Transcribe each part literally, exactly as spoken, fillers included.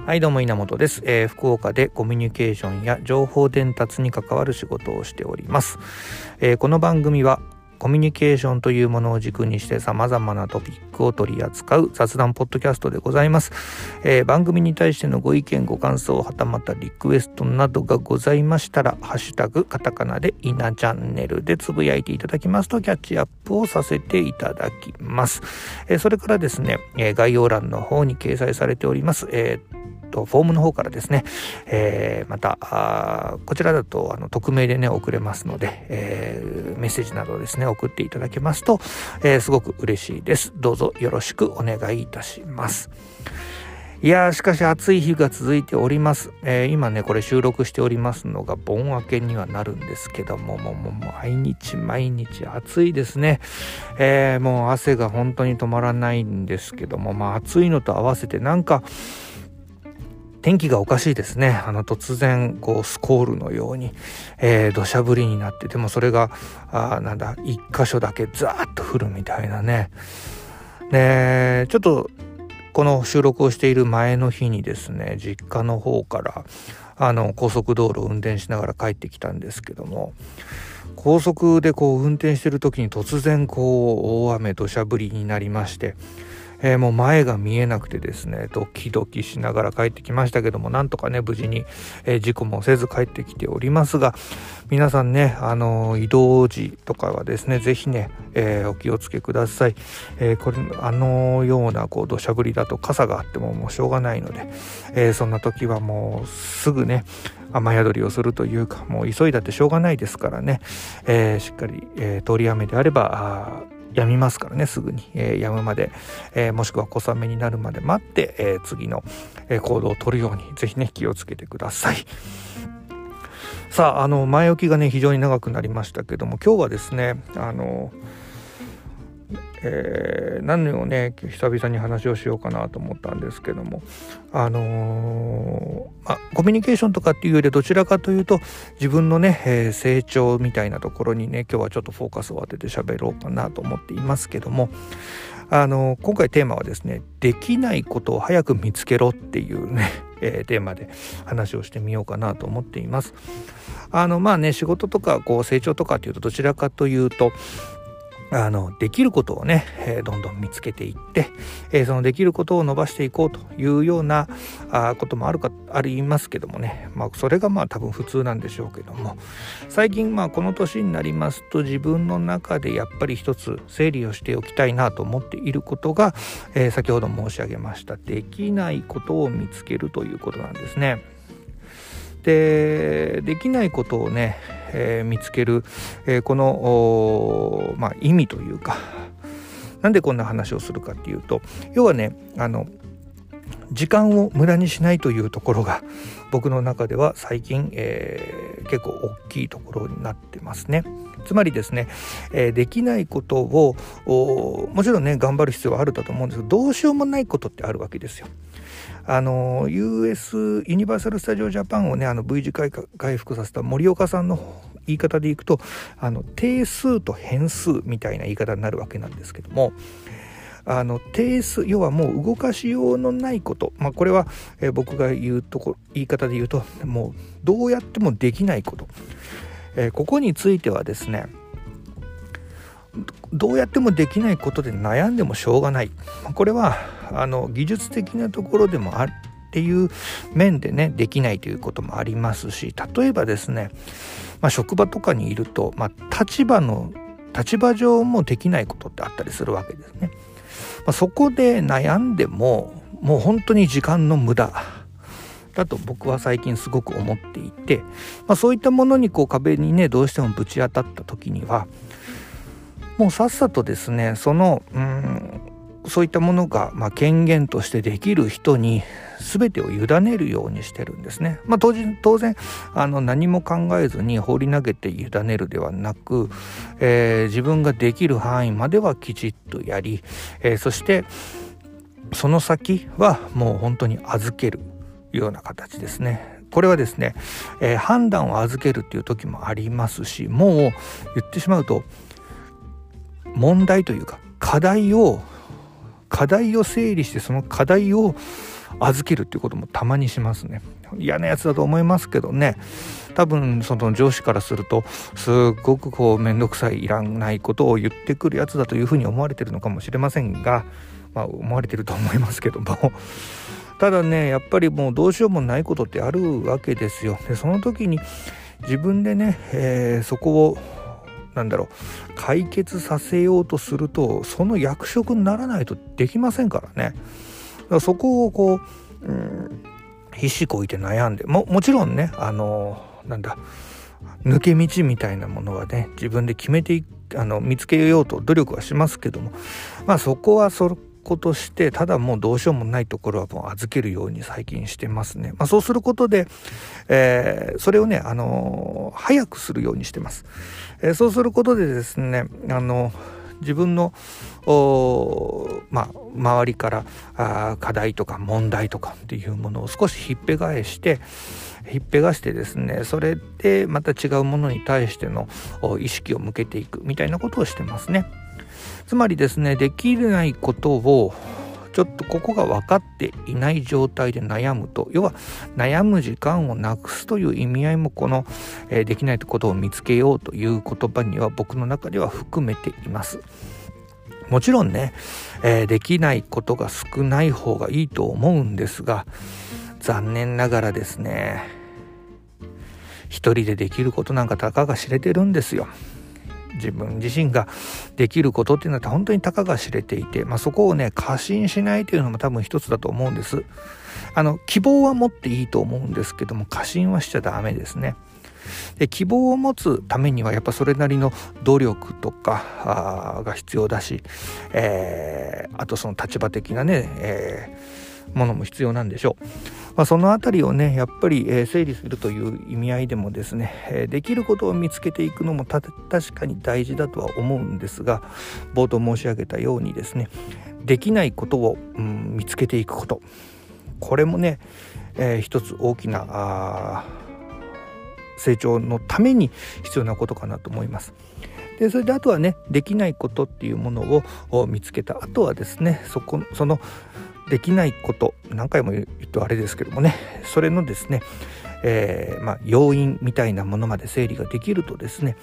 はいどうも稲本です、えー、福岡でコミュニケーションや情報伝達に関わる仕事をしております、えー、この番組はコミュニケーションというものを軸にして様々なトピックを取り扱う雑談ポッドキャストでございます、えー、番組に対してのご意見ご感想はたまたリクエストなどがございましたらハッシュタグカタカナでイナチャンネルでつぶやいていただきますとキャッチアップをさせていただきます、えー、それからですね、えー、概要欄の方に掲載されております、えーフォームの方からですね、えー、またあこちらだとあの匿名でね送れますので、えー、メッセージなどですね送っていただけますと、えー、すごく嬉しいです。どうぞよろしくお願いいたします。いやーしかし暑い日が続いております、えー、今ねこれ収録しておりますのが盆明けにはなるんですけどももうもう毎日毎日暑いですね、えー、もう汗が本当に止まらないんですけども、まあ暑いのと合わせてなんか天気がおかしいですね。あの突然こうスコールのように、えー、土砂降りになって、でもそれがあなんだ一箇所だけザーッと降るみたいなね。でちょっとこの収録をしている前の日にですね、実家の方からあの高速道路を運転しながら帰ってきたんですけども、高速でこう運転している時に突然こう大雨土砂降りになりまして、えー、もう前が見えなくてですねドキドキしながら帰ってきましたけども、なんとかね無事に、えー、事故もせず帰ってきておりますが、皆さんねあのー、移動時とかはですねぜひね、えー、お気をつけください、えー、これあのようなこう土砂降りだと傘があってももうしょうがないので、えー、そんな時はもうすぐね雨宿りをするというか、もう急いだってしょうがないですからね、えー、しっかり、えー、通り雨であればあやみますからね、すぐに、えー、やむまで、えー、もしくは小雨になるまで待って、えー、次の、えー、行動を取るようにぜひね気をつけてください。さあ、あの前置きがね非常に長くなりましたけども、今日はですねあのえー、何をね久々に話をしようかなと思ったんですけども、あのーまあ、コミュニケーションとかっていうよりどちらかというと自分のね、えー、成長みたいなところにね今日はちょっとフォーカスを当てて喋ろうかなと思っていますけども、あのー、今回テーマはですねできないことを早く見つけろっていうね、えー、テーマで話をしてみようかなと思っています。あのまあね仕事とかこう成長とかっていうとどちらかというとあのできることをね、えー、どんどん見つけていって、えー、そのできることを伸ばしていこうというようなあこともあるかありますけどもね、まあそれがまあ多分普通なんでしょうけども、最近まあこの年になりますと自分の中でやっぱり一つ整理をしておきたいなと思っていることが、えー、先ほど申し上げましたできないことを見つけるということなんですね。でできないことをね、えー、見つける、えー、この、まあ、意味というか、なんでこんな話をするかっていうと、要はねあの時間を無駄にしないというところが僕の中では最近、えー、結構大きいところになってますね。つまりですね、えー、できないことをもちろんね頑張る必要はあると思うんですけど、どうしようもないことってあるわけですよ。あの ユーエス ユニバーサル・スタジオ・ジャパンをねあの V 字回復させた森岡さんの言い方でいくと、あの定数と変数みたいな言い方になるわけなんですけども、あの定数要はもう動かしようのないこと、まあ、これは、えー、僕が言うとこ言い方で言うともうどうやってもできないこと、えー、ここについてはですねどうやってもできないことで悩んでもしょうがない、これはあの技術的なところでもあるっていう面でねできないということもありますし、例えばですね、まあ、職場とかにいると、まあ、立場の立場上もできないことってあったりするわけですね。まあ、そこで悩んでももう本当に時間の無駄だと僕は最近すごく思っていて、まあ、そういったものにこう壁にねどうしてもぶち当たった時にはもうさっさとですねそのうーんそういったものが、まあ、権限としてできる人に全てを委ねるようにしてるんですね。まあ、当然、当然あの何も考えずに放り投げて委ねるではなく、えー、自分ができる範囲まではきちっとやり、えー、そしてその先はもう本当に預けるような形ですね。これはですね、えー、判断を預けるっていう時もありますし、もう言ってしまうと問題というか課題を課題を整理してその課題を預けるっていうこともたまにしますね。嫌なやつだと思いますけどね、多分その上司からするとすごくこうめんどくさいいらないことを言ってくるやつだというふうに思われてるのかもしれませんが、まあ思われてると思いますけどもただね、やっぱりもうどうしようもないことってあるわけですよ。でその時に自分でね、えー、そこをなんだろう解決させようとすると、その役職にならないとできませんからね。だからそこをこう、うん、必死こいて悩んで も, もちろんね、あのなんだ抜け道みたいなものはね自分で決めていあの見つけようと努力はしますけども、まあそこはそことして、ただもうどうしようもないところはもう預けるように最近してますね。まあ、そうすることで、えー、それをね、あのー、早くするようにしてます。えー、そうすることでですね、あの自分のまあ、周りからあ課題とか問題とかっていうものを少しひっぺ返してひっぺがしてですね、それでまた違うものに対しての意識を向けていくみたいなことをしてますね。つまりですね、できないことをちょっとここが分かっていない状態で悩むと、要は悩む時間をなくすという意味合いもこの、えー、できないことを見つけようという言葉には僕の中では含めています。もちろんね、えー、できないことが少ない方がいいと思うんですが、残念ながらですね、一人でできることなんかたかが知れてるんですよ。自分自身ができることっていうのは本当にたかが知れていて、まあ、そこをね過信しないというのも多分一つだと思うんです。あの希望は持っていいと思うんですけども、過信はしちゃダメですね。で希望を持つためにはやっぱそれなりの努力とかが必要だし、えー、あとその立場的なね、えー、ものも必要なんでしょう。まあ、そのあたりをねやっぱり、えー、整理するという意味合いでもですね、えー、できることを見つけていくのもた確かに大事だとは思うんですが、冒頭申し上げたようにですね、できないことを、うん、見つけていくこと、これもね、えー、一つ大きなあ成長のために必要なことかなと思います。でそれであとはね、できないことっていうものを見つけたあとはですね、そこそのできないこと、何回も言うとあれですけどもね、それのですね、えーまあ、要因みたいなものまで整理ができるとですね、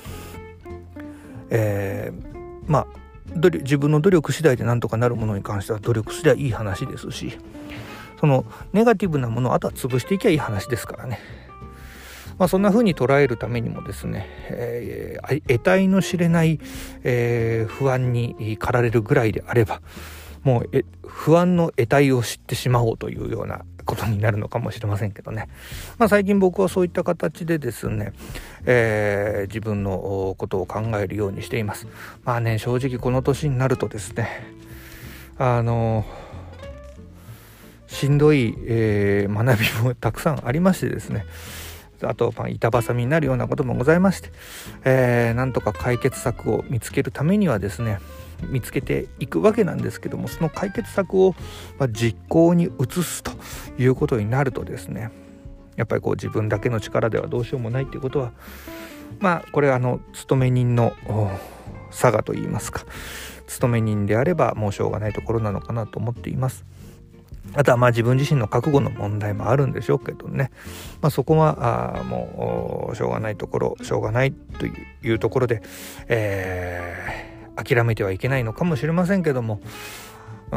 えー、まあ自分の努力次第でなんとかなるものに関しては努力すりゃいい話ですし、そのネガティブなものをあとは潰していきゃいい話ですからね。まあ、そんな風に捉えるためにもですね、えー、得体の知れない、えー、不安に駆られるぐらいであれば、もうえ不安の得体を知ってしまおうというようなことになるのかもしれませんけどね。まあ、最近僕はそういった形でですね、えー、自分のことを考えるようにしています。まあね、正直この年になるとですね、あのしんどい、えー、学びもたくさんありましてですね、あと、まあ、板挟みになるようなこともございまして、えー、なんとか解決策を見つけるためにはですね、見つけていくわけなんですけども、その解決策を、まあ、実行に移すということになるとですね、やっぱりこう自分だけの力ではどうしようもないということは、まあこれはあの勤め人の差がといいますか、勤め人であればもうしょうがないところなのかなと思っています。あとはまあ自分自身の覚悟の問題もあるんでしょうけどね、まあ、そこはあもうしょうがないところしょうがないというところで、えー、諦めてはいけないのかもしれませんけども、うん、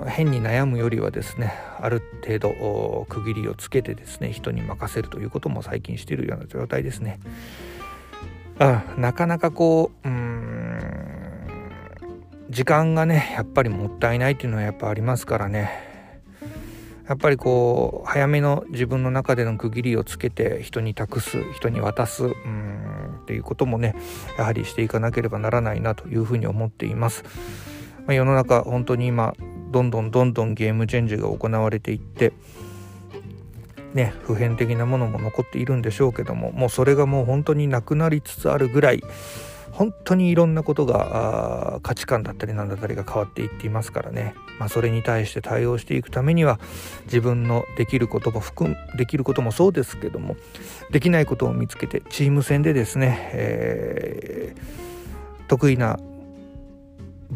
変に悩むよりはですね、ある程度区切りをつけてですね、人に任せるということも最近しているような状態ですね。うん、なかなかこう、うーん時間がねやっぱりもったいないっていうのはやっぱありますからね。やっぱりこう早めの自分の中での区切りをつけて人に託す、人に渡す、うーんっていうこともねやはりしていかなければならないなというふうに思っています。まあ、世の中本当に今どんどんどんどんゲームチェンジが行われていってね、普遍的なものも残っているんでしょうけども、もうそれがもう本当になくなりつつあるぐらい、本当にいろんなことが価値観だったりなんだったりが変わっていっていますからね。まあ、それに対して対応していくためには自分のできることも含むできることもそうですけども、できないことを見つけてチーム戦でですね、えー、得意な部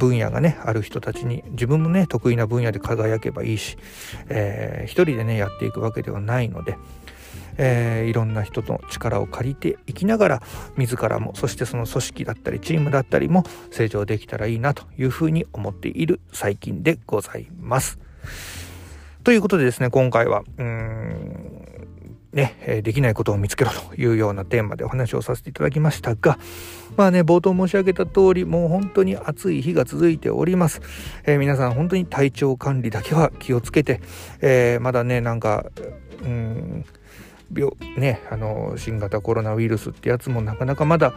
分野がねある人たちに、自分もね得意な分野で輝けばいいし、えー、一人でねやっていくわけではないので、えー、いろんな人の力を借りていきながら、自らもそしてその組織だったりチームだったりも成長できたらいいなというふうに思っている最近でございます。ということでですね、今回はうーんね、できないことを見つけろというようなテーマでお話をさせていただきましたが、まあね、冒頭申し上げた通り、もう本当に暑い日が続いております。えー、皆さん本当に体調管理だけは気をつけて、えー、まだねなんかうーん病ねあの新型コロナウイルスってやつもなかなかまだ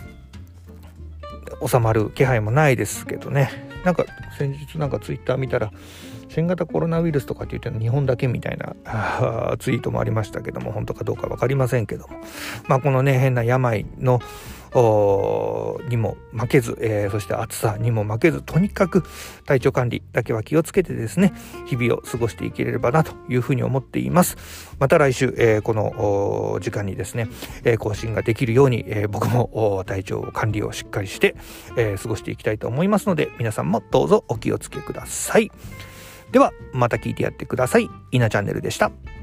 収まる気配もないですけどね。なんか先日なんかツイッター見たら、新型コロナウイルスとかって言ってるの日本だけみたいなツイートもありましたけども、本当かどうか分かりませんけども、まあこのね変な病のにも負けず、えー、そして暑さにも負けず、とにかく体調管理だけは気をつけてですね、日々を過ごしていければなというふうに思っています。また来週、えー、この時間にですね、えー、更新ができるように、えー、僕も体調管理をしっかりして、えー、過ごしていきたいと思いますので、皆さんもどうぞお気をつけください。ではまた聞いてやってください。稲チャンネルでした。